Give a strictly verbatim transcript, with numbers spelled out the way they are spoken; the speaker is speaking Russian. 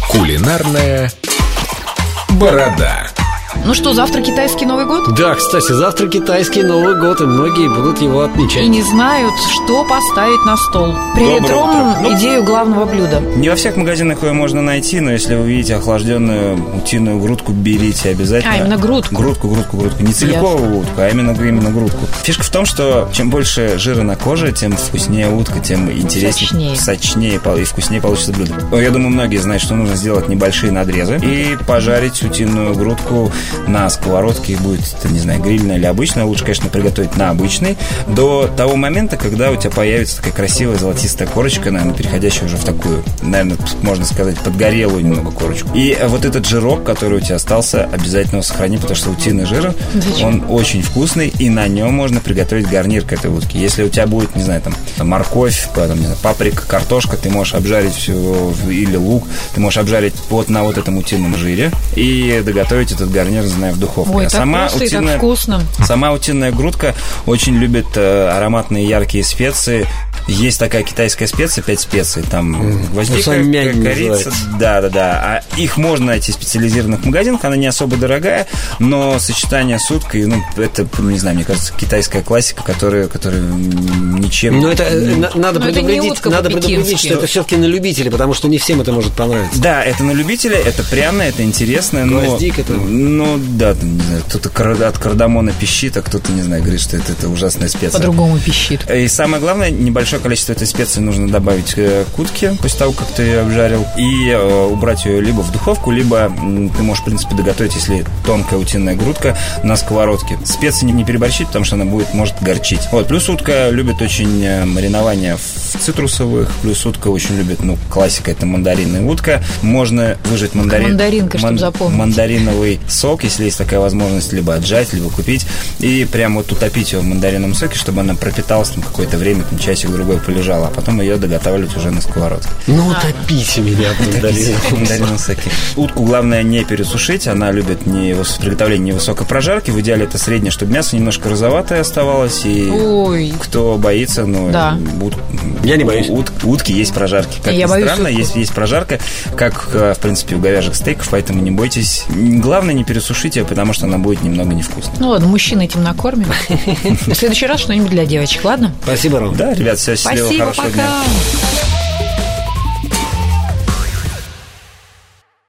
Кулинарная борода. Ну что, завтра китайский Новый год? Да, кстати, завтра китайский Новый год, и многие будут его отмечать. И не знают, что поставить на стол. Прирем идею главного блюда. Не во всех магазинах ее можно найти, но если вы видите охлажденную утиную грудку, берите обязательно. А, именно грудку? Грудку, грудку, грудку. Не целиковую утку, а именно, именно грудку. Фишка в том, что чем больше жира на коже, тем вкуснее утка, тем интереснее, сочнее, сочнее и вкуснее получится блюдо. Я думаю, многие знают, что нужно сделать небольшие надрезы и пожарить утиную грудку на сковородке, будет, не знаю, грильная или обычная. Лучше, конечно, приготовить на обычной. До того момента, когда у тебя появится такая красивая золотистая корочка, наверное, переходящая уже в такую, наверное, можно сказать, подгорелую немного корочку. И вот этот жирок, который у тебя остался, обязательно его сохрани, потому что утиный жир, Зачем? он очень вкусный, и на нем можно приготовить гарнир к этой утке. Если у тебя будет, не знаю, там, морковь, там, не знаю, паприка, картошка, ты можешь обжарить все, или лук, ты можешь обжарить вот на вот этом утином жире и доготовить этот гарнир, не знаю, в духовке. Ой, а так сама просто утиная, и так вкусно. Сама утиная грудка очень любит э, ароматные яркие специи. Есть такая китайская специя, пять специй, там mm. гвоздика, ну, корица, да-да-да. А их можно найти в специализированных магазинах, она не особо дорогая, но сочетание с уткой, ну, это, не знаю, мне кажется, китайская классика, которая, которая ничем... Но это не... надо, но предупредить, это надо предупредить, что это все-таки на любителя, потому что не всем это может понравиться. Да, это на любителя, это пряное, это интересное, гвоздик, но... это... Ну, да, там, не знаю, кто-то от кардамона пищит, а кто-то, не знаю, говорит, что это, это ужасная специя. По-другому пищит. И самое главное, небольшое количество этой специи нужно добавить к утке после того, как ты ее обжарил, и э, убрать ее либо в духовку, либо м, ты можешь, в принципе, доготовить, если тонкая утиная грудка, на сковородке. Специи не, не переборщить, потому что она будет, может горчить. Вот, плюс утка любит очень э, маринование в цитрусовых, плюс утка очень любит, ну, классика, это мандаринная утка. Можно выжать мандарин, мандаринка, чтобы запомнить. мандариновый сок, если есть такая возможность, либо отжать, либо купить, и прям вот утопить ее в мандариновом соке, чтобы она пропиталась там какое-то время, там часик-другой полежала, а потом ее доготавливать уже на сковородке. Ну, утопите меня в мандариновом соке. Утку главное не пересушить, она любит не приготовление невысокой прожарки, в идеале это среднее, чтобы мясо немножко розоватое оставалось, и Ой. кто боится, ну, да. ут... я не боюсь. Ут... утки есть прожарки. Как я ни странно, есть, есть прожарка, как, в принципе, у говяжьих стейков, поэтому не бойтесь. Главное, не пересушить ее, потому что она будет немного невкусной. Ну ладно, мужчин этим накормим. В следующий раз что-нибудь для девочек, ладно? Спасибо, Ром. Да, ребят, все, счастливо, Спасибо, хорошего пока. дня.